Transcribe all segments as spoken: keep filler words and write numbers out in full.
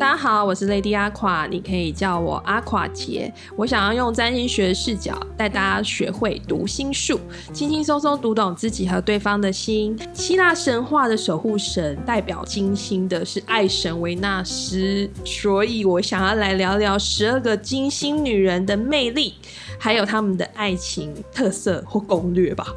家好，我是 Lady 阿垮，你可以叫我阿垮姐。我想要用占星学的视角带大家学会读心术，轻轻松松读懂自己和对方的心。希腊神话的守护神代表金星的是爱神维纳斯，所以我想要来聊聊十二个金星女人的魅力，还有她们的爱情特色或攻略吧。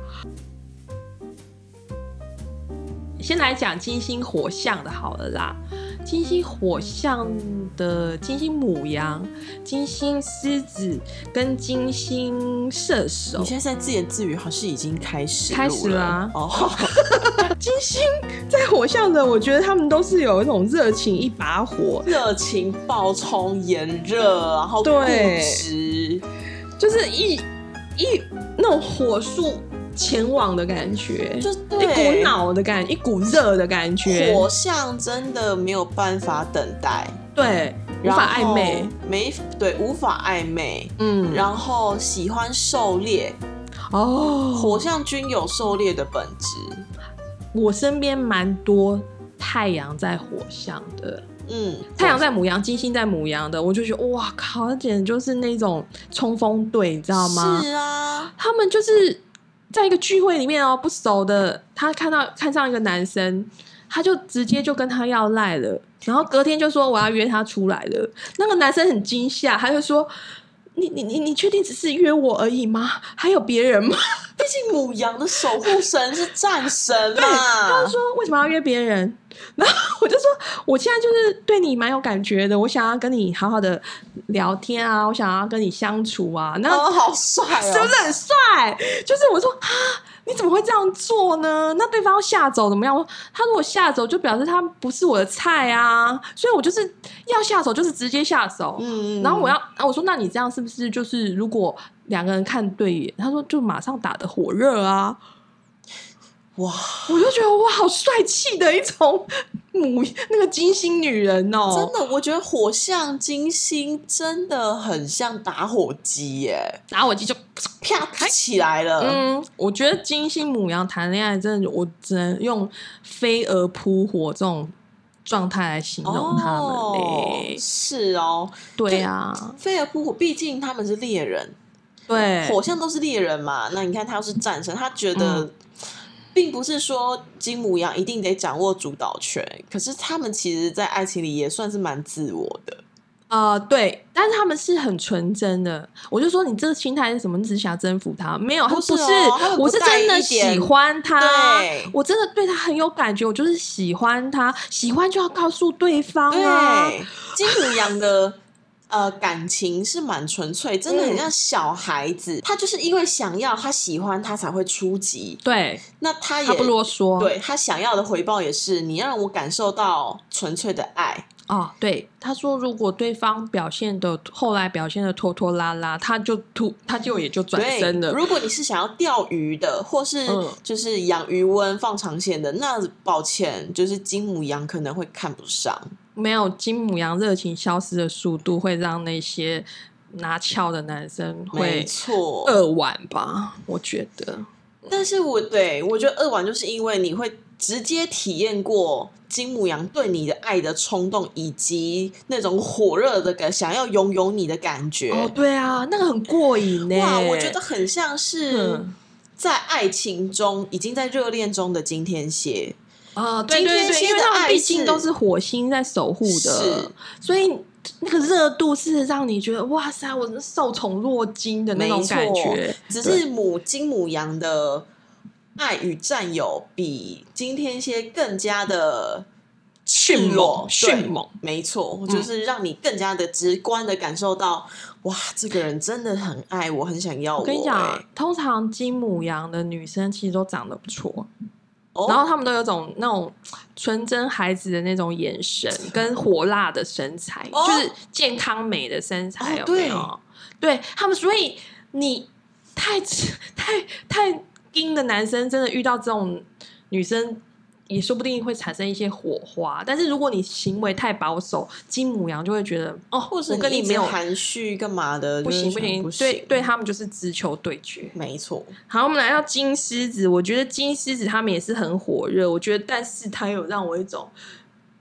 先来讲金星火象的好了啦。金星火象的金星牡羊、金星狮子跟金星射手， 你现在在自言自语，好像已经开始开始了啊。 哦， 金星在火象的，我觉得他们都是有一种热情一把火， 热情爆冲、炎热，然后固执， 就是一一那种火速前往的感觉， 就一股脑的感觉，一股热的感觉。 火象真的没有办法等待， 对，无法暧昧， 没对，无法暧昧， 嗯， 然后喜欢狩猎， 哦， 火象均有狩猎的本质。 我身边蛮多太阳在火象的。 嗯， 太阳在牡羊，金星在牡羊的，我就觉得哇靠，那简直就是那种冲锋队，你知道吗？ 是啊， 他们就是在一个聚会里面哦，不熟的，他看到看上一个男生，他就直接就跟他要赖了，然后隔天就说我要约他出来了。那个男生很惊吓，他就说：“你你你你确定只是约我而已吗？还有别人吗？” 毕竟牡羊的守护神是战神嘛， 他就说为什么要约别人？然后我就说我现在就是对你蛮有感觉的，我想要跟你好好的聊天啊，我想要跟你相处啊。然后、 哦、好帅哦， 是不是很帅？就是我说啊，你怎么会这样做呢？那对方要下走怎么样？他如果下走，就表示他不是我的菜啊，所以我就是要下手，就是直接下手。嗯，然后我要我说那你这样是不是就是如果两个人看对眼，他说就马上打得火热啊。 哇！ 我就觉得哇，好帅气的一种母那个金星女人哦！ 真的，我觉得火象金星真的很像打火机耶， 打火机就啪起来了。 嗯，我觉得金星牡羊谈恋爱真的，我只能用飞蛾扑火这种状态来形容他们嘞、 哦。是哦， 对啊， 飞蛾扑火，毕竟他们是猎人， 对， 火象都是猎人嘛。那你看他要是战神，他觉得。嗯，并不是说金牡羊一定得掌握主导权，可是他们其实在爱情里也算是蛮自我的。 呃，对，但是他们是很纯真的。我就说你这个心态是什么？你只是想征服他？没有，他不是， 不是哦、 我是真的喜欢他， 对， 我真的对他很有感觉，我就是喜欢他，喜欢就要告诉对方啊。 对，金牡羊的。呃，感情是蛮纯粹，真的很像小孩子、嗯。他就是因为想要，他喜欢，他才会出击。 对， 那他也他不啰嗦。 对，他想要的回报也是你要让我感受到纯粹的爱。 哦，对，他说如果对方表现的后来表现的拖拖拉拉，他就突他就也就转身了。 如果你是想要钓鱼的，或是就是养鱼温放长线的，嗯、那抱歉，就是金牡羊可能会看不上。 没有，金牡羊热情消失的速度会让那些拿翘的男生会扼腕吧，我觉得。 但是我对我觉得扼腕，就是因为你会直接体验过金牡羊对你的爱的冲动，以及那种火热的感想要拥有你的感觉。 哦，对啊，那个很过瘾呢。 哇，我觉得很像是在爱情中、嗯、已经在热恋中的金天蝎。 啊，对对对，因为他们毕竟都是火星在守护的，所以那个热度是让你觉得哇塞，我受宠若惊的那种感觉。 只是母金牡羊的爱与占有比金天蝎更加的迅猛，迅猛， 没错，嗯，就是让你更加的直观的感受到，哇，这个人真的很爱我，很想要我。 我跟你讲，通常金牡羊的女生其实都长得不错。Oh? 然后他们都有种那种纯真孩子的那种眼神，跟火辣的身材， oh? 就是健康美的身材， oh, 有没有？对，对他们，所以你太太太硬的男生，真的遇到这种女生，也说不定会产生一些火花。但是如果你行为太保守，金牡羊就会觉得哦， 或者我跟你没有含蓄干嘛的， 不行不行，对对，他们就是直球对决， 没错。 好，我们来到金狮子，我觉得金狮子他们也是很火热，我觉得，但是他有让我一种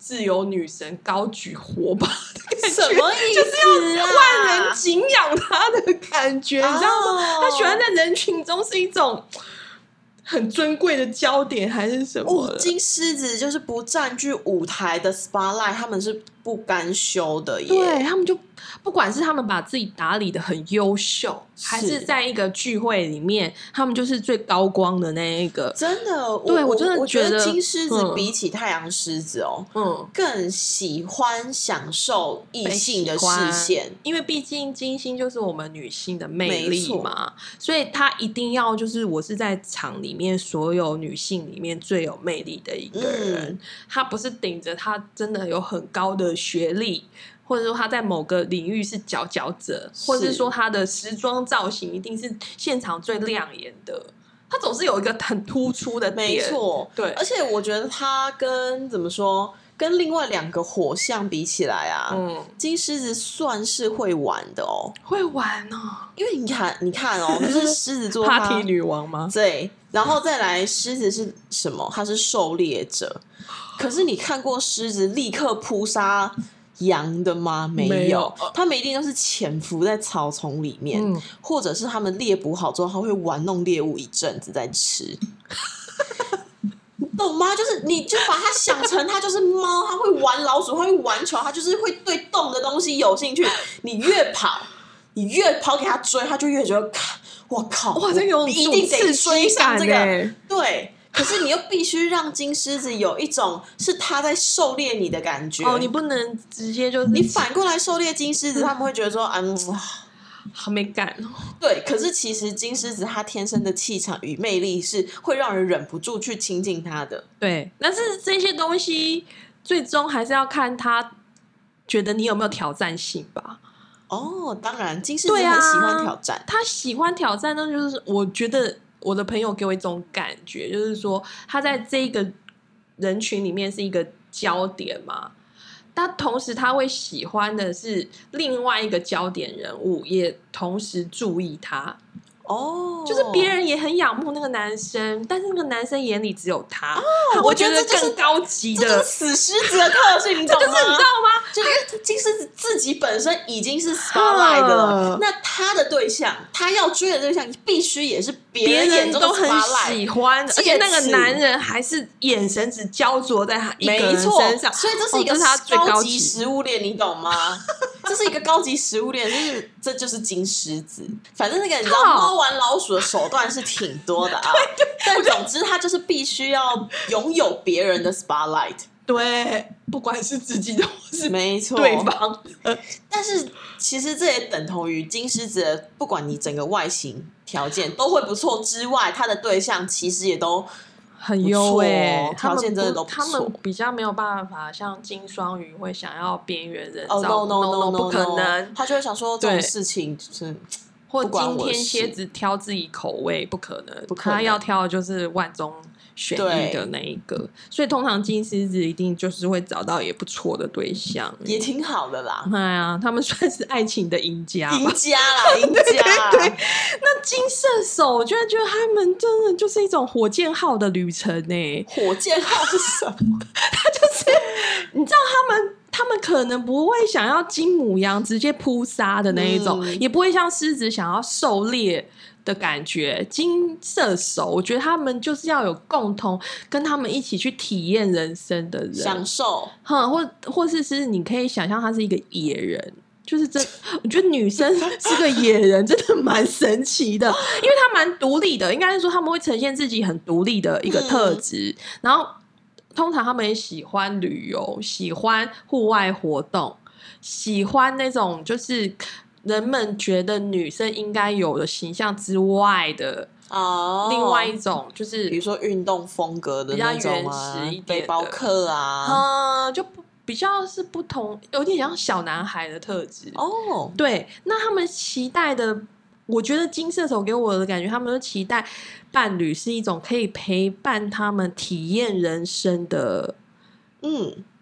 自由女神高举火把的感觉， 什么意思啊？ 就是要万人敬仰她的感觉， 哦、 你知道吗？她喜欢在人群中是一种很尊贵的焦点，还是什么的？ 哦，金狮子就是不占据舞台的 spotlight， 他们是不甘休的耶。 对，他们就不管是他们把自己打理的很优秀，还是在一个聚会里面，他们就是最高光的那一个。 真的， 对我真的我觉得金狮子比起太阳狮子哦，嗯，更喜欢享受异性的视线， 因为毕竟金星就是我们女性的魅力嘛，所以她一定要就是我是在场里面所有女性里面最有魅力的一个人，她、嗯、不是顶着她真的有很高的学历。或者说他在某个领域是佼佼者，或者是说他的时装造型一定是现场最亮眼的，他总是有一个很突出的点。 没错， 对。 而且我觉得他跟怎么说，跟另外两个火象比起来啊，嗯，金狮子算是会玩的哦， 会玩哦。 因为你看，你看哦，就是狮子座 ，party 女王吗？ 对，然后再来狮子是什么？他是狩猎者，可是你看过狮子立刻扑杀羊的吗？没有，没有他们一定都是潜伏在草丛里面，嗯、或者是他们猎捕好之后，他会玩弄猎物一阵子再吃。你懂吗？就是你就把它想成它就是猫，它会玩老鼠，它会玩球，它就是会对动的东西有兴趣。你越跑，你越跑给它追，它就越觉得，我靠， 哇，这有一定得追上这个， 对。可是你又必须让金狮子有一种是他在狩猎你的感觉哦，你不能直接就你反过来狩猎金狮子，他们会觉得说，嗯， 好没感哦。 对，可是其实金狮子他天生的气场与魅力是会让人忍不住去亲近他的。 对，但是这些东西最终还是要看他觉得你有没有挑战性吧。 哦，当然，金狮子很喜欢挑战， 啊、他喜欢挑战，那就是我觉得。我的朋友给我一种感觉，就是说他在这个人群里面是一个焦点嘛，但同时他会喜欢的是另外一个焦点人物，也同时注意他。哦，就是别人也很仰慕那个男生，但是那个男生眼里只有他。哦， 我觉得更高级的， 这就是死狮子的特性，你懂吗？ 就是你知道吗？ 就因为金狮子自己本身已经是 spotlight 的了，那他的对象，他要追的对象，必须也是别人眼中的 spotlight， 别人都很喜欢，而且那个男人还是眼神只焦灼在他一个人身上， 所以这是一个高级食物链，你懂吗？这是一个高级食物链，就是这就是金狮子。反正那个你知道猫玩老鼠的手段是挺多的啊，但总之他就是必须要拥有别人的 spotlight。 对，不管是自己的或是没错对方， 但是其实这也等同于金狮子的，不管你整个外形条件都会不错之外，他的对象其实也都很优诶， 条件真的都不错。 他们比较没有办法像金双鱼会想要边缘人造， 哦 no no no no， 不可能， 他就会想说这种事情就是或今天蝎子挑自己口味，不可能，不可能他要挑的就是万中选一的那一个，所以通常金狮子一定就是会找到也不错的对象， 也挺好的啦。 哎呀，他们算是爱情的赢家吧， 赢家啦，赢家。 对, 对, 对，那金射手，我觉得觉得他们真的就是一种火箭号的旅程呢。 火箭号是什么？ 他就是你知道他们。他们可能不会想要金母羊直接扑杀的那一种，嗯、也不会像狮子想要狩猎的感觉。金射手，我觉得他们就是要有共同跟他们一起去体验人生的人， 享受， 哈，或或是是你可以想象他是一个野人。就是这，我觉得女生是个野人，真的蛮神奇的，因为她蛮独立的，应该是说他们会呈现自己很独立的一个特质，嗯、然后。通常他们也喜欢旅游，喜欢户外活动，喜欢那种就是人们觉得女生应该有的形象之外的哦，另外一种就是比如说运动风格的那种啊， 比较原始一点的背包客啊， 嗯，就比较是不同，有点像小男孩的特质哦。对，那他们期待的。我觉得金射手给我的感觉，他们都期待伴侣是一种可以陪伴他们体验人生的，嗯，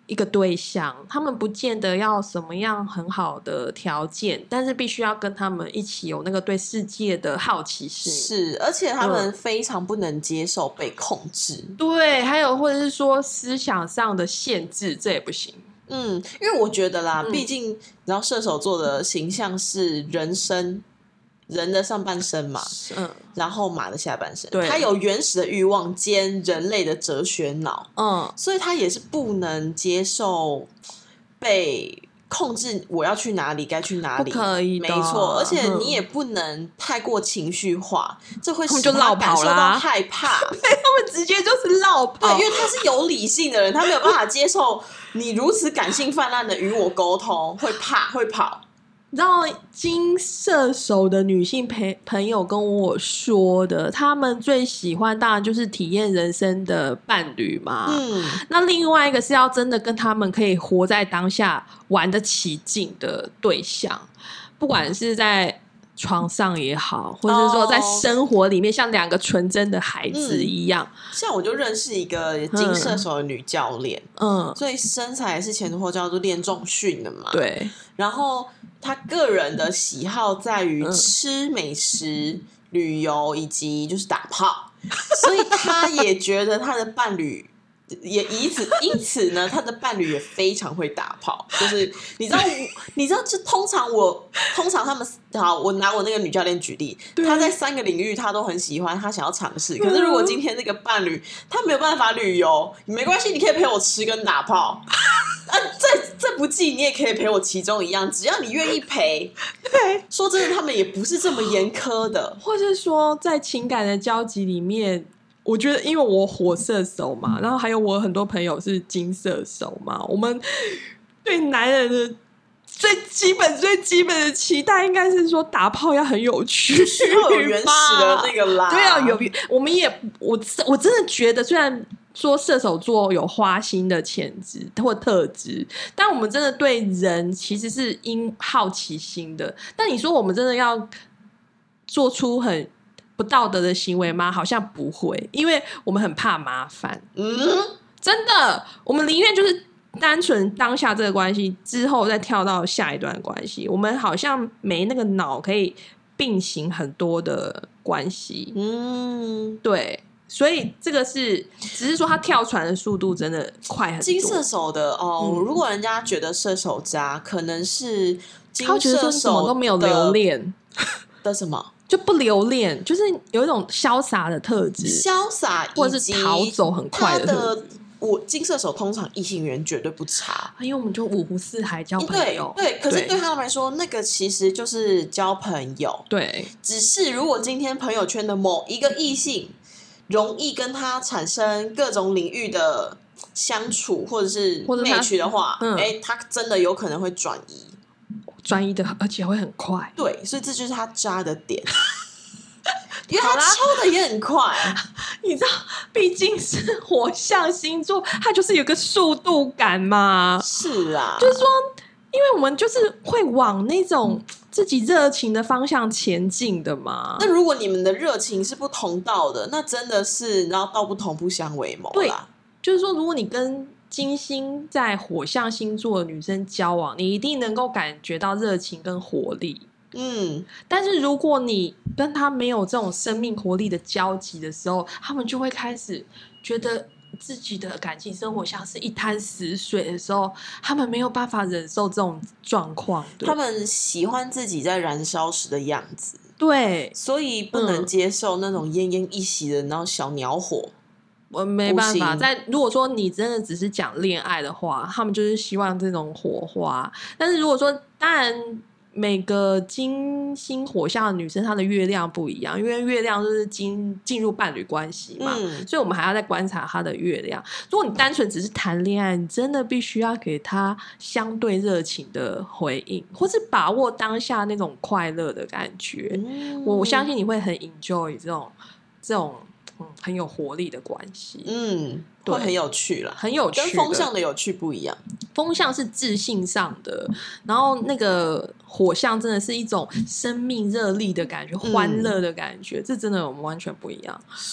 一个对象，他们不见得要什么样很好的条件，但是必须要跟他们一起有那个对世界的好奇心。 是，而且他们非常不能接受被控制。 嗯、对，还有或者是说思想上的限制，这也不行。 嗯，因为我觉得啦， 嗯、 毕竟然后射手座的形象是人身。人的上半身嘛，嗯，然后马的下半身，他有原始的欲望兼人类的哲学脑，嗯，所以他也是不能接受被控制，我要去哪里该去哪里， 不可以的， 没错，而且你也不能太过情绪化，嗯、这会使他他感受到害怕， 对，他们直接就是落跑， 对，因为他是有理性的人，他没有办法接受你如此感性泛滥的与我沟通，会怕会跑。 你知道金射手的女性朋友跟我说的，他们最喜欢当然就是体验人生的伴侣嘛。嗯，那另外一个是要真的跟他们可以活在当下、玩得起劲的对象，不管是在床上也好，或者是说在生活里面，像两个纯真的孩子一样。 嗯、像我就认识一个金射手的女教练，嗯，所以身材是前后叫做练重训的嘛。 对， 然后他个人的喜好在于吃美食、嗯、旅游以及就是打炮，所以他也觉得他的伴侣。也以此因此呢，他的伴侣也非常会打炮，就是你知道，你知道，就通常我通常他们好，我拿我那个女教练举例，他在三个领域他都很喜欢，他想要尝试。可是如果今天那个伴侣他没有办法旅游，没关系，你可以陪我吃跟打炮。啊，这这不济，你也可以陪我其中一样，只要你愿意陪。 对， 说真的，他们也不是这么严苛的， 或是说在情感的交集里面。我觉得，因为我火射手嘛，然后还有我很多朋友是金射手嘛，我们对男人的最基本、最基本的期待，应该是说打炮要很有趣， 要有原始的那个啦。 对啊，有我们也我我真的觉得，虽然说射手座有花心的潜质或特质，但我们真的对人其实是因好奇心的。但你说我们真的要做出很不道德的行为吗？好像不会，因为我们很怕麻烦。嗯，真的，我们宁愿就是单纯当下这个关系之后再跳到下一段关系。我们好像没那个脑可以并行很多的关系。嗯，对，所以这个是只是说他跳船的速度真的快很多。 金射手的哦、嗯，如果人家觉得射手渣，可能是金射手的他觉得什么都没有留恋的什么。 就不留恋，就是有一种潇洒的特质， 潇洒或者是逃走很快的特质。 我金射手通常异性缘绝对不差， 因为我们就五湖四海交朋友。 对，对，可是对他们来说，那个其实就是交朋友。 对， 只是如果今天朋友圈的某一个异性容易跟他产生各种领域的相处，或者是 match 的话，哎、嗯欸，他真的有可能会转移。 专一的，而且会很快。 对，所以这就是他渣的点，因为他抽的也很快。 你知道，毕竟是火象星座，它就是有个速度感嘛。 是啊， 就是说，因为我们就是会往那种自己热情的方向前进的嘛。 那如果你们的热情是不同道的，那真的是然后道不同不相为谋啦。 对，就是说，如果你跟金星在火象星座的女生交往，你一定能够感觉到热情跟活力。嗯，但是如果你跟他没有这种生命活力的交集的时候，他们就会开始觉得自己的感情生活像是一滩死水的时候，他们没有办法忍受这种状况。 他们喜欢自己在燃烧时的样子， 对， 所以不能接受那种奄奄一息的然后小鸟火。 我没办法，在如果说你真的只是讲恋爱的话，他们就是希望这种火花。但是如果说，当然每个金星火象的女生，她的月亮不一样，因为月亮就是进进入伴侣关系嘛、嗯，所以我们还要再观察她的月亮。如果你单纯只是谈恋爱，你真的必须要给她相对热情的回应，或是把握当下那种快乐的感觉。嗯、我相信你会很 enjoy 这种这种。嗯、很有活力的关系， 嗯，会很有趣啦， 很有趣， 跟风象的有趣不一样。 风象是自信上的，然后那个火象真的是一种生命热力的感觉、欢乐的感觉，这真的我们完全不一样。 是，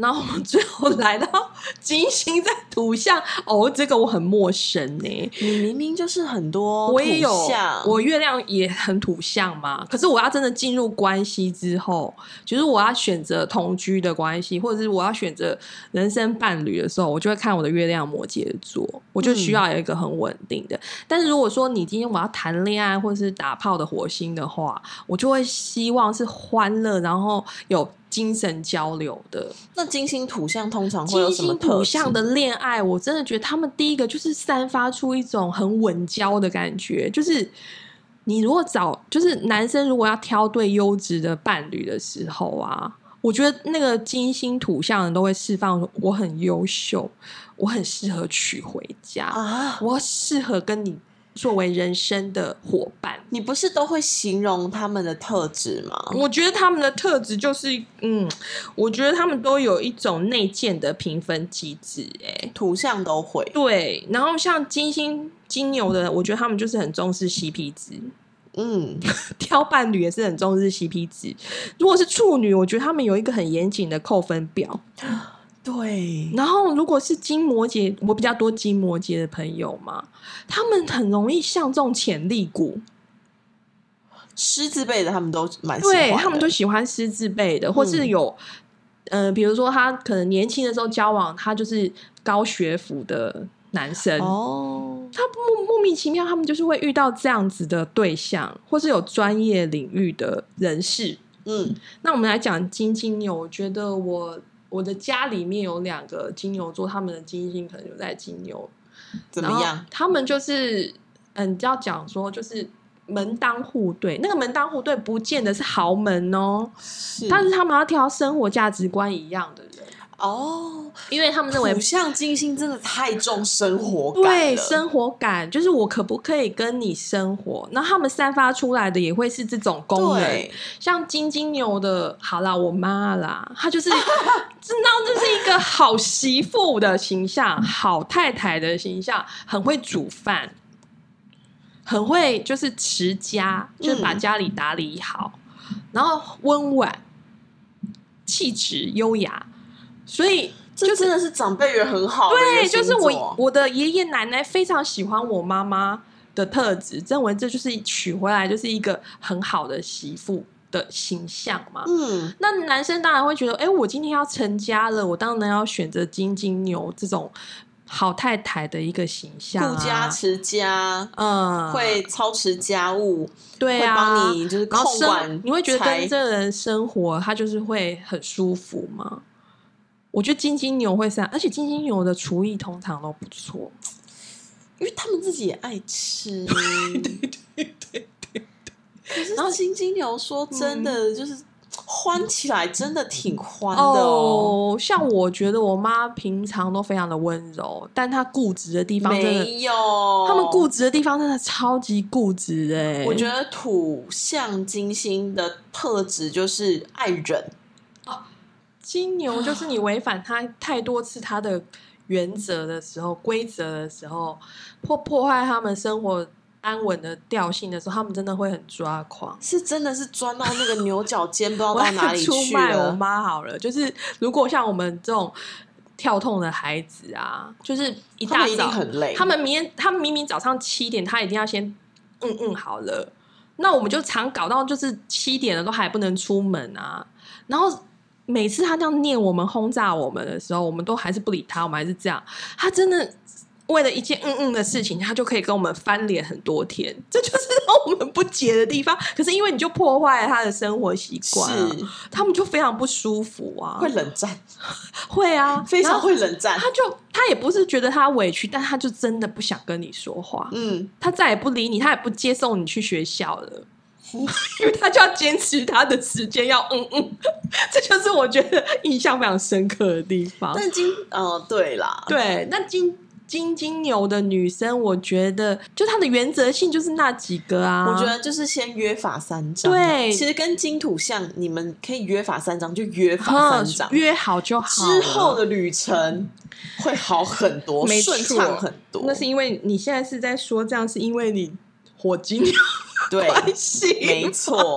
然后我们最后来到金星在土象，哦，这个我很陌生呢。 你明明就是很多土象， 我也有，我月亮也很土象嘛。可是我要真的进入关系之后，就是我要选择同居的关系，或者是我要选择人生伴侣的时候，我就会看我的月亮摩羯座，我就需要有一个很稳定的。嗯、但是如果说你今天我要谈恋爱或者是打炮的火星的话，我就会希望是欢乐，然后有精神交流的。 那金星土象通常会有什么特质？金星土象的恋爱，我真的觉得他们第一个就是散发出一种很稳交的感觉，就是你如果找，就是男生如果要挑对优质的伴侣的时候啊，我觉得那个金星土象人都会释放我很优秀，我很适合娶回家啊，我适合跟你作为人生的伙伴。 你不是都会形容他们的特质吗？ 我觉得他们的特质就是嗯，我觉得他们都有一种内建的评分机制。欸， 土象都会。 对，然后像金星金牛的，我觉得他们就是很重视 C P 值。嗯，挑伴侣也是很重视 C P 值。如果是处女，我觉得他们有一个很严谨的扣分表。 对， 然后如果是金摩羯，我比较多金摩羯的朋友嘛，他们很容易相中潜力股。 狮子辈的他们都蛮喜欢的， 对，他们都喜欢狮子辈的，或是有、嗯、呃，比如说他可能年轻的时候交往，他就是高学府的男生哦，他莫莫名其妙，他们就是会遇到这样子的对象，或是有专业领域的人士。嗯，那我们来讲金金牛，我觉得我我的家里面有两个金牛座，他们的金星可能就在金牛， 怎么样？ 他们就是嗯，要讲说就是门当户对，那个门当户对不见得是豪门哦，是但是他们要挑生活价值观一样的人哦，因为他们认为土象金星真的太重生活感了， 对，生活感就是我可不可以跟你生活，那他们散发出来的也会是这种功能。像金金牛的，好啦，我妈啦，她就是知道这是一个好媳妇的形象，好太太的形象，很会煮饭，很会就是持家，就是把家里打理好，嗯、然后温婉、气质优雅，所以这真的是长辈缘很好的一个星座。 对，就是我我的爷爷奶奶非常喜欢我妈妈的特质，认为这就是娶回来就是一个很好的媳妇的形象嘛。嗯，那男生当然会觉得，哎、欸，我今天要成家了，我当然要选择金金牛这种好太太的一个形象、啊， 顾家持家，嗯，会操持家务， 对啊， 会帮你就是控管， 你会觉得跟这个人生活，他就是会很舒服吗？我觉得金金牛会这样，而且金金牛的厨艺通常都不错， 因为他们自己也爱吃。 对对对对对。 可是金金牛说真的，就是欢起来真的挺欢的哦。 哦，像我觉得我妈平常都非常的温柔，但她固执的地方真的没有， 他们固执的地方真的超级固执哎、欸。 我觉得土象金星的特质就是爱忍。 金牛就是你违反他太多次他的原则的时候、规则的时候，或破坏他们生活安稳的调性的时候，他们真的会很抓狂， 是真的是钻到那个牛角尖，不知道到哪里去了。 我出卖我妈好了，就是如果像我们这种跳痛的孩子啊，就是一大早他们一定很累， 他们明天他们明明早上七点，他一定要先嗯嗯好了，那我们就常搞到就是七点了都还不能出门啊，然后。每次他这样念我们、轰炸我们的时候，我们都还是不理他，我们还是这样。他真的为了一件嗯嗯的事情，他就可以跟我们翻脸很多天，这就是让我们不解的地方。可是因为你就破坏了他的生活习惯、啊，是他们就非常不舒服啊， 会冷战， 会啊， 非常会冷战。 他就他也不是觉得他委屈，但他就真的不想跟你说话。嗯，他再也不理你，他也不接送你去学校了。因为他就要坚持他的时间要嗯嗯，这就是我觉得印象非常深刻的地方。 但金哦、呃，对啦， 对，那金金金牛的女生，我觉得就她的原则性就是那几个啊。 我觉得就是先约法三章。 对， 其实跟金土象，你们可以约法三章，就约法三章， 约好就好。 之后的旅程会好很多，顺畅很多。 那是因为你现在是在说这样，是因为你火金牛。 对， 关系没错。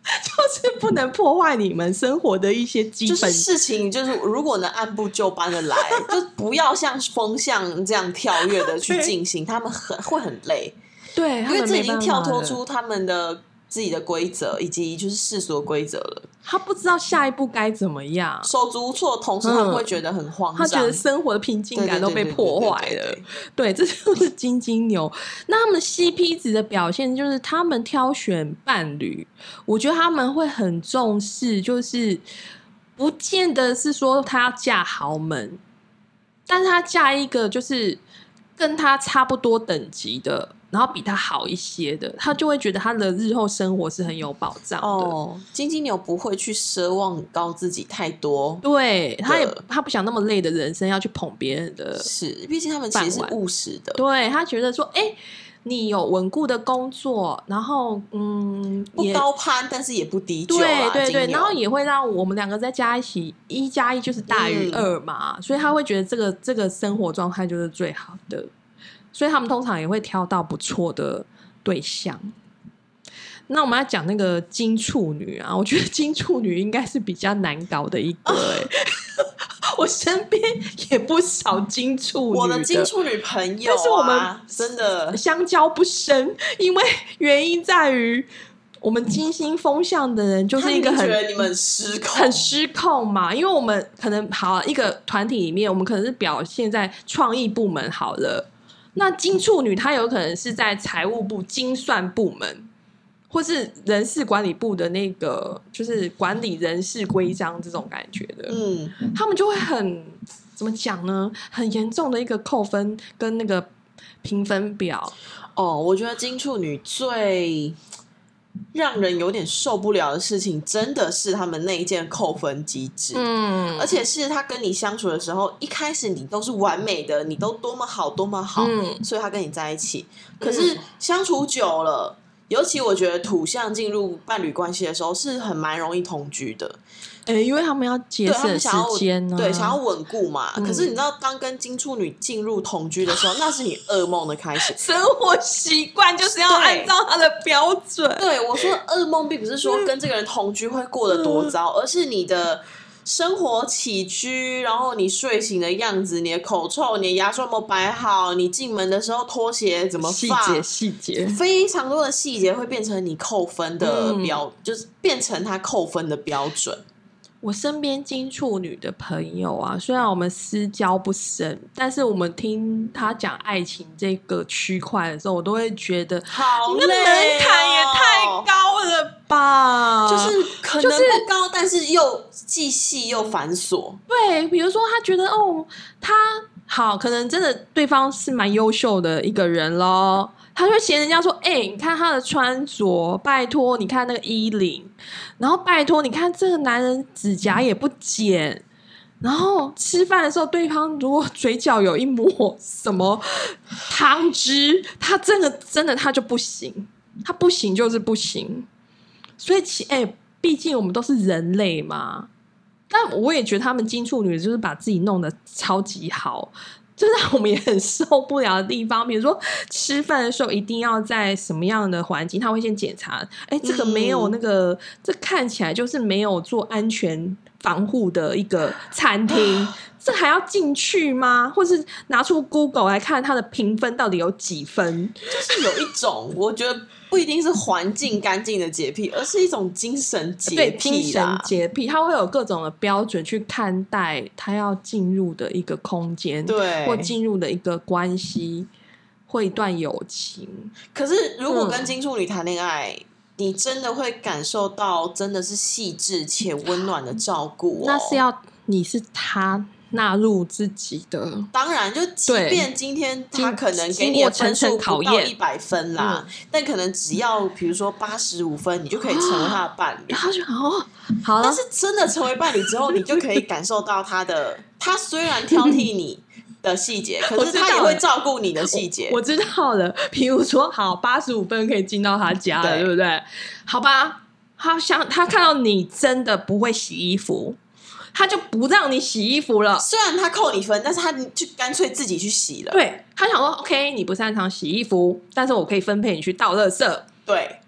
就是不能破坏你们生活的一些基本、 就是、事情，就是如果能按部就班的来，就不要像风向这样跳跃的去进行，他们很会很累。 对， 因为这已经跳脱出他们的自己的规则以及就是世俗的规则了。 他不知道下一步该怎么样， 手足无措，同时他们会觉得很慌张、嗯， 他觉得生活的平静感都被破坏了。对，这就是金金牛。那他们 C P 值的表现就是他们挑选伴侣，我觉得他们会很重视，就是不见得是说他要嫁豪门，但是他嫁一个就是跟他差不多等级的，然后比他好一些的，他就会觉得他的日后生活是很有保障的。 哦，金金牛不会去奢望高自己太多， 对，他也他不想那么累的人生要去捧别人的， 是，毕竟他们其实是务实的。 对，他觉得说，哎、欸，你有稳固的工作，然后嗯， 不高攀，但是也不低就、 啊，对对对，然后也会让我们两个再加一起，一加一就是大于二嘛、嗯，所以他会觉得这个这个生活状态就是最好的。所以他们通常也会挑到不错的对象。那我们要讲那个金处女啊，我觉得金处女应该是比较难搞的一个、欸哦、我身边也不少金处女， 我的金处女朋友、啊， 但是我们真的相交不深，因为原因在于我们金星风象的人就是一个很觉得你们失控， 很失控嘛。因为我们可能好一个团体里面，我们可能是表现在创意部门好了。那金处女她有可能是在财务部精算部门，或是人事管理部的那个就是管理人事规章这种感觉的，嗯，他们就会很怎么讲呢，很严重的一个扣分跟那个评分表。 哦，我觉得金处女最让人有点受不了的事情真的是他们那一件扣分机制，嗯，而且是他跟你相处的时候，一开始你都是完美的，你都多么好多么好，嗯，所以他跟你在一起。可是相处久了，尤其我觉得土象进入伴侣关系的时候是很蛮容易同居的。 欸、因为他们要节省时间呢、啊， 对，想要稳固嘛、嗯。可是你知道，当跟金处女进入同居的时候，那是你噩梦的开始。 生活习惯就是要按照他的标准。 对，我说噩梦并不是说跟这个人同居会过得多糟，嗯、而是你的生活起居，然后你睡醒的样子，你的口臭，你的牙刷有没有摆好，你进门的时候拖鞋怎么放， 细节细节， 非常多的细节会变成你扣分的标，嗯、就是变成他扣分的标准。 我身边金处女的朋友啊，虽然我们私交不深，但是我们听他讲爱情这个区块的时候，我都会觉得好累、哦、 你的门槛也太高了吧， 就是可能不高、就是、但是又既细又繁琐。 对，比如说他觉得哦，他好可能真的对方是蛮优秀的一个人咯，他就会嫌人家说，哎、欸，你看他的穿着，拜托，你看那个衣领，然后拜托，你看这个男人指甲也不剪，然后吃饭的时候，对方如果嘴角有一抹什么汤汁，他真的真的他就不行，他不行就是不行。所以，哎、欸，毕竟我们都是人类嘛，但我也觉得他们金处女就是把自己弄得超级好。就让我们也很受不了的地方，比如说吃饭的时候一定要在什么样的环境，他会先检查，哎，这个没有那个、嗯，这看起来就是没有做安全防护的一个餐厅，这还要进去吗？或是拿出 Google 来看它的评分到底有几分？ 就是有一种，我觉得不一定是环境干净的洁癖，而是一种精神洁癖。 对，精神洁癖，它会有各种的标准去看待他要进入的一个空间， 对， 或进入的一个关系，或一段友情。 可是如果跟金处女谈恋爱、嗯，你真的会感受到真的是细致且温暖的照顾、哦。 那是要你是他纳入自己的， 当然，就即便今天他可能给你的分数不到一百分啦、嗯，但可能只要比如说八十五分，你就可以成为他的伴侣。 然后就哦，好了， 但是真的成为伴侣之后，你就可以感受到他的，他虽然挑剔你的细节，可是他也会照顾你的细节。 我知道了，比如说，好，八十五分可以进到他家了， 对, 对不对？好吧，他想他看到你真的不会洗衣服。他就不让你洗衣服了， 虽然他扣你分，但是他就干脆自己去洗了。 对，他想说 OK 你不擅长洗衣服，但是我可以分配你去倒垃圾。 对，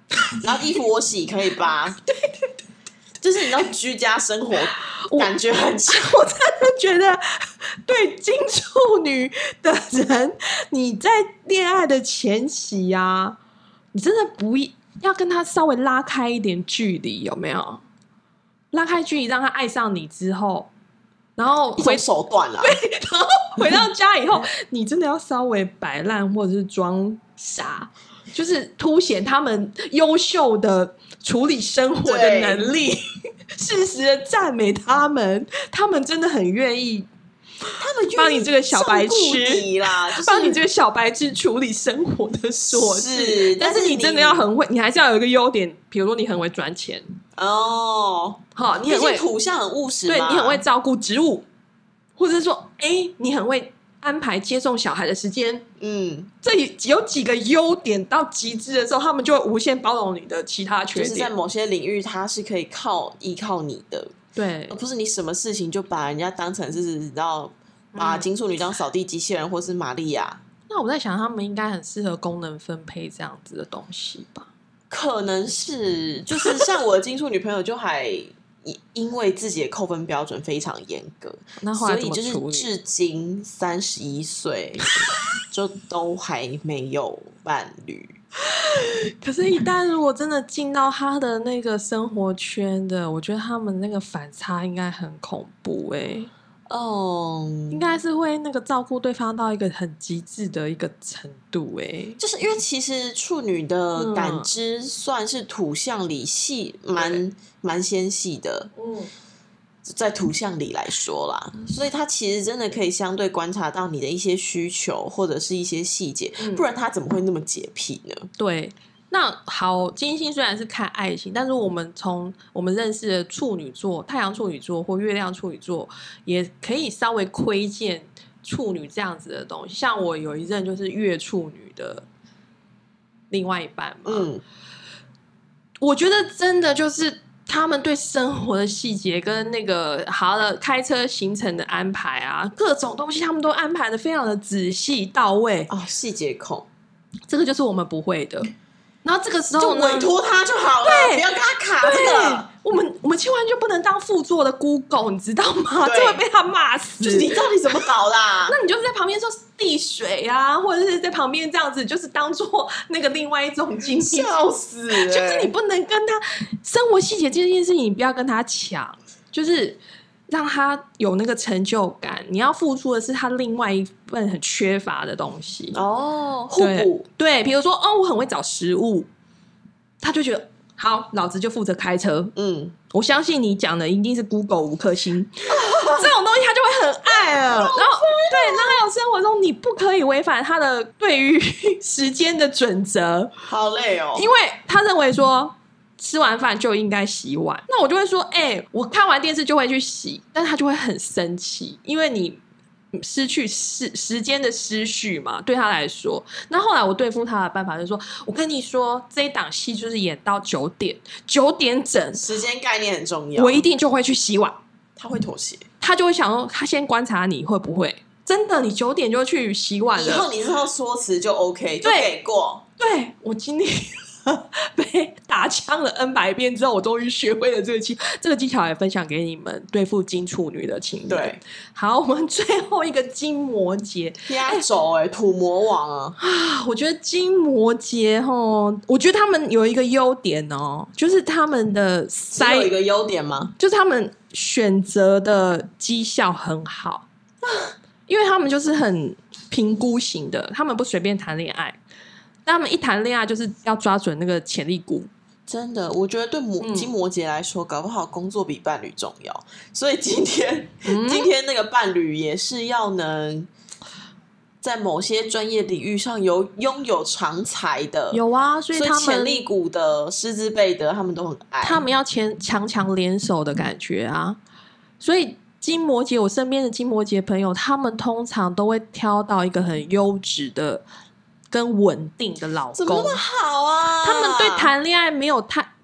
然后衣服我洗可以吧？对对对对，就是你知道居家生活感觉很强。 我真的觉得对金处女的人，你在恋爱的前期啊，你真的不要跟他稍微拉开一点距离，有没有？拉开距离，让他爱上你之后，然后回手段啦， 对，然后回到家以后，你真的要稍微摆烂或者是装傻，就是凸显他们优秀的处理生活的能力，适时的赞美他们，他们真的很愿意。 他们帮你这个小白痴啦， 帮、就是、你这个小白痴处理生活的琐事，但是你真的要很会，你还是要有一个优点，比如说你很会赚钱哦， 好，你很会土象很务实， 对你很会照顾植物，或者是说，哎、欸，你很会安排接送小孩的时间，嗯，这有几个优点到极致的时候，他们就会无限包容你的其他缺点， 就是在某些领域，它是可以靠依靠你的。 对， 而不是你什么事情就把人家当成是你知道把金处女当扫地机器人或是玛利亚。 那我在想他们应该很适合功能分配这样子的东西吧？ 可能是，就是像我的金处女朋友就还因为自己的扣分标准非常严格， 那后来怎么处理？ 所以就是至今三十一岁就都还没有伴侣。 可是，一旦如果真的进到他的那个生活圈的，我觉得他们那个反差应该很恐怖哎、欸。哦、um, 应该是会那个照顾对方到一个很极致的一个程度哎、欸。 就是因为其实处女的感知算是土象里细蛮蛮纤细的，嗯。在图像里来说啦，所以他其实真的可以相对观察到你的一些需求或者是一些细节、嗯、不然他怎么会那么洁癖呢？ 对，那好，金星虽然是看爱情，但是我们从我们认识的处女座、太阳处女座或月亮处女座，也可以稍微窥见处女这样子的东西。像我有一任就是月处女的另外一半嘛，嗯，我觉得真的就是他们对生活的细节跟那个好了开车行程的安排啊，各种东西他们都安排的非常的仔细到位哦，细节控， 这个就是我们不会的。然后这个时候呢，就委托他就好了，不要跟他卡这个。 我们我们千万就不能当副座的 Google， 你知道吗？就会被他骂死。 就是你到底怎么搞的、啊？ 那你就是在旁边说递水啊，或者是在旁边这样子，就是当做那个另外一种经历。 笑死、欸！ 就是你不能跟他生活细节这件事情，你不要跟他抢，就是让他有那个成就感。你要付出的是他另外一份很缺乏的东西哦，互补。 对，比如说哦，我很会找食物，他就觉得。好，老子就负责开车。嗯，我相信你讲的一定是 Google 五颗星，这种东西他就会很爱了。然后，对，那还有生活中你不可以违反他的对于时间的准则。 好累哦， 因为他认为说吃完饭就应该洗碗，那我就会说，哎、欸，我看完电视就会去洗，但他就会很生气，因为你。失去时时间的失序嘛，对他来说。那后来我对付他的办法就是说，我跟你说，这一档戏就是演到九点，九点整， 时间概念很重要。 我一定就会去洗碗。 他会妥协， 他就会想说，他先观察你会不会真的，你九点就去洗碗了， 以后你之后说辞就 OK， 就给过。 对，我今天。被打枪了 N 百遍之后，我终于学会了这个技这个技巧，也分享给你们对付金处女的情侣。 对， 好，我们最后一个金摩羯压轴哎，土魔王啊！ 啊，我觉得金摩羯齁，我觉得他们有一个优点哦，就是他们的塞有一个优点吗？ 就是他们选择的绩效很好，因为他们就是很评估型的，他们不随便谈恋爱。他们一谈恋爱就是要抓准那个潜力股， 真的，我觉得对摩金摩羯来说、嗯，搞不好工作比伴侣重要。所以今天、嗯，今天那个伴侣也是要能在某些专业领域上有拥有长才的， 有啊，所以他们潜力股的师资辈的，他们都很爱， 他们要强强强联手的感觉啊。所以金摩羯，我身边的金摩羯朋友，他们通常都会挑到一个很优质的。跟稳定的老公怎么那么好啊？ 他们对谈恋爱没有太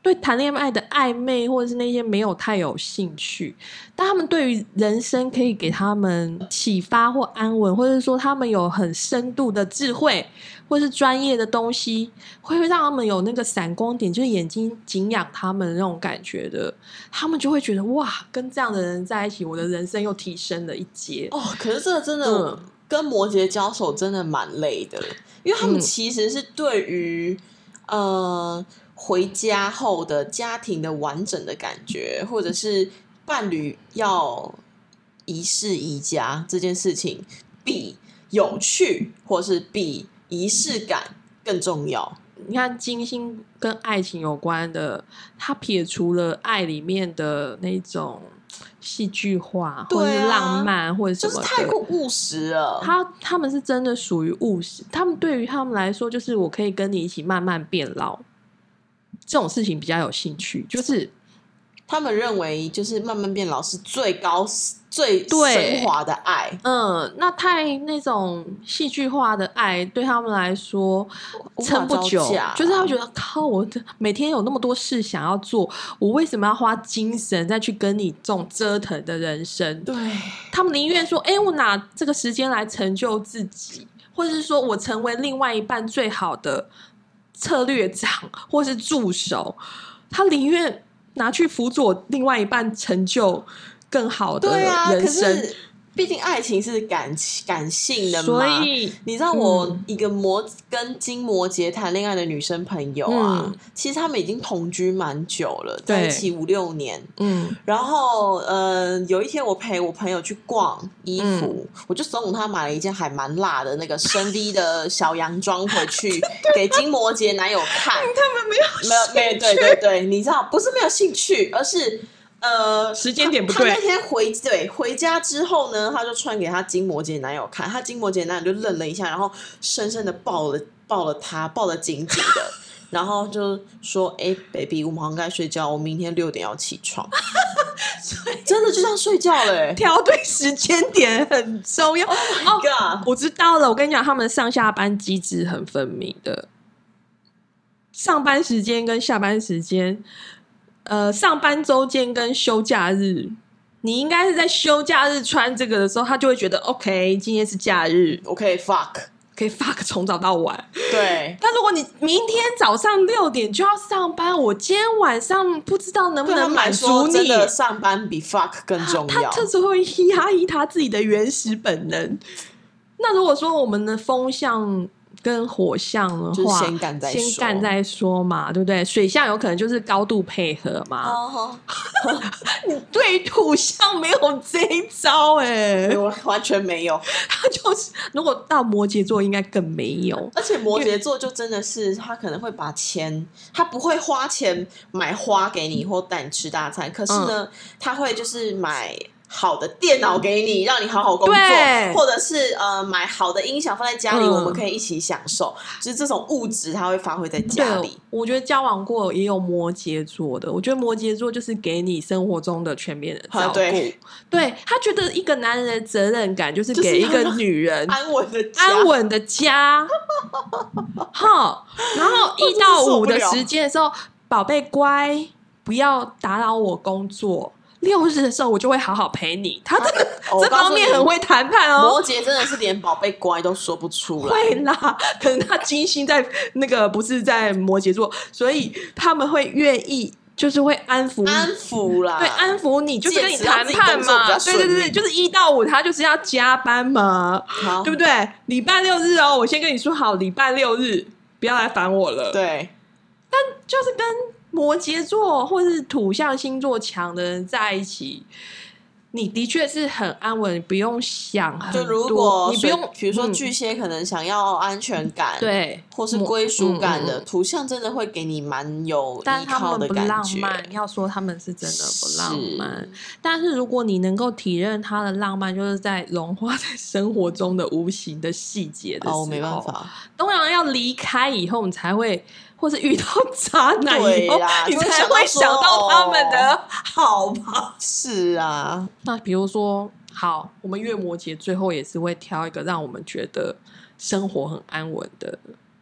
对谈恋爱的暧昧或者是那些没有太有兴趣，但他们对于人生可以给他们启发或安稳，或者说他们有很深度的智慧或是专业的东西，会让他们有那个闪光点，就是眼睛敬仰他们的那种感觉的，他们就会觉得哇，跟这样的人在一起，我的人生又提升了一阶。 哦，可是这个真的、嗯、跟摩羯交手真的蛮累的，因为他们其实是对于、嗯、呃回家后的家庭的完整的感觉，或者是伴侣要一世一家这件事情，比有趣或是比仪式感更重要。 你看金星跟爱情有关的，它撇除了爱里面的那种戏剧化、啊、或者是浪漫或者什么的， 就是太过务实了。 他他们是真的属于务实，他们对于他们来说，就是我可以跟你一起慢慢变老，这种事情比较有兴趣。就是他们认为，就是慢慢变老是最高、最升华的爱。 嗯，那太那种戏剧化的爱，对他们来说撑不久，就是他会觉得靠，我每天有那么多事想要做，我为什么要花精神再去跟你这种折腾的人生？ 对， 他们宁愿说，哎、欸，我拿这个时间来成就自己，或者是说我成为另外一半最好的策略长或是助手，他宁愿拿去辅佐另外一半成就更好的人生。 对啊，可是毕竟爱情是感感性的嘛， 所以你知道我一个摩跟金摩羯谈恋爱的女生朋友啊、嗯，其实他们已经同居蛮久了，在一起五六年。嗯，然后呃，有一天我陪我朋友去逛衣服，嗯、我就怂恿他买了一件还蛮辣的那个深 V 的小洋装回去给金摩羯男友看。 他们没有没有没有对对对，你知道不是没有兴趣，而是。呃， 时间点不对。 他那天回对回家之后呢，他就穿给他金摩羯男友看，他金摩羯男友就愣了一下，然后深深的抱了抱了他，抱得紧紧的，然后就说：“哎、欸、，baby， 我们好像该睡觉，我明天六点要起床。”真的就像睡觉了、欸， 调对时间点很重要。 Oh my god！、 哦、我知道了，我跟你讲，他们上下班机制很分明的，上班时间跟下班时间。呃，上班周间跟休假日，你应该是在休假日穿这个的时候，他就会觉得 OK， 今天是假日， 我可以 fuck， 可以 fuck 从早到晚。 对。 但如果你明天早上六点就要上班，我今天晚上不知道能不能满足你。 真的上班比 fuck 更重要。 他这时候会压抑他自己的原始本能。那如果说我们的风向跟火象的话， 就是先干再说， 先干再说嘛，对不对？水象有可能就是高度配合嘛。哦，你对土象没有这一招哎、 欸，完全没有。 他就是如果到摩羯座，应该更没有。 而且摩羯座就真的是他可能会把钱，他不会花钱买花给你或带你吃大餐，可是呢，嗯、他会就是买。好的电脑给你，让你好好工作，或者是呃买好的音响放在家里、嗯，我们可以一起享受。就是这种物质，它会发挥在家里。 我觉得交往过也有摩羯座的，我觉得摩羯座就是给你生活中的全面的照顾。对，对他觉得一个男人的责任感就是给一个女人、 就是、安稳的家安稳的家。好，然后一到五的时间的时候，宝贝乖，不要打扰我工作。六日的时候，我就会好好陪你。他这个、哦、这方面很会谈判哦。 摩羯真的是连宝贝乖都说不出来。 会啦，可能他金星在那个不是在摩羯座，所以他们会愿意，就是会安抚你， 安抚啦， 对，安抚你，就是跟你谈判嘛。对对对，就是一到五他就是要加班嘛，对不对？礼拜六日哦，我先跟你说好，礼拜六日不要来烦我了。 对， 但就是跟。摩羯座或是土象星座强的人在一起，你的确是很安稳，不用想很多。 就如果你不用， 比如说巨蟹可能想要安全感， 对、嗯， 或是归属感的，土象真的会给你蛮有依靠的感觉。 但他们不浪漫，要说他们是真的不浪漫。是但是如果你能够体认他的浪漫，就是在融化在生活中的无形的细节的时候， 哦，没办法。 当然要离开以后，你才会。或是遇到渣男以后，你才会想到他们的好吧？ 是啊， 那比如说，好，我们月摩羯最后也是会挑一个让我们觉得生活很安稳的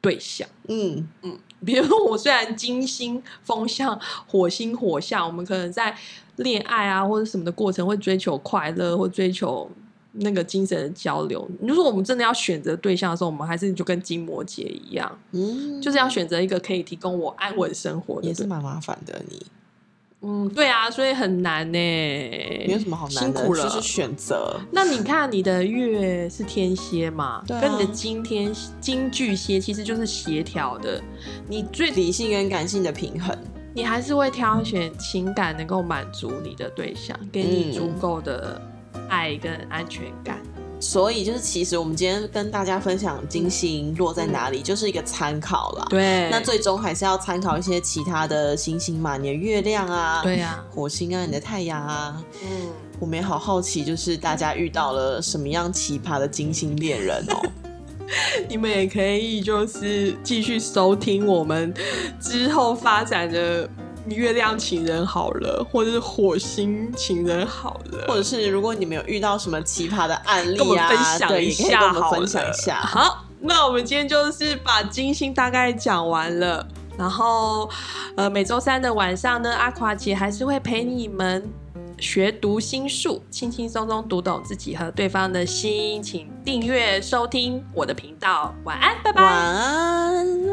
对象。 嗯嗯，比如说我虽然金星风象、火星火象，我们可能在恋爱啊或者什么的过程会追求快乐，或追求那个精神的交流。如果我们真的要选择对象的时候，我们还是就跟金摩羯一样，嗯，就是要选择一个可以提供我安稳生活的， 也是蛮麻烦的你。 嗯，对啊，所以很难呢。 没有什么好难的， 辛苦了， 就是选择。 那你看你的月是天蝎嘛， 对啊， 跟你的金天金巨蟹其实就是协调的，你最理性跟感性的平衡， 你还是会挑选情感能够满足你的对象，给你足够的爱跟安全感。嗯， 所以就是其实我们今天跟大家分享金星落在哪里，嗯，就是一个参考啦。 对， 那最终还是要参考一些其他的星星嘛，你的月亮啊， 对啊， 火星啊，你的太阳啊。嗯，我们也好好奇，就是大家遇到了什么样奇葩的金星恋人哦。 你们也可以就是继续收听我们之后发展的月亮情人好了，或者是火星情人好了， 或者是如果你们有遇到什么奇葩的案例啊， 跟我们分享一下好了， 跟我们分享一下。 好，那我们今天就是把金星大概讲完了，然后呃每周三的晚上呢，阿垮姐还是会陪你们学读心术，轻轻松松读懂自己和对方的心，请订阅收听我的频道。晚安，拜拜。 晚安。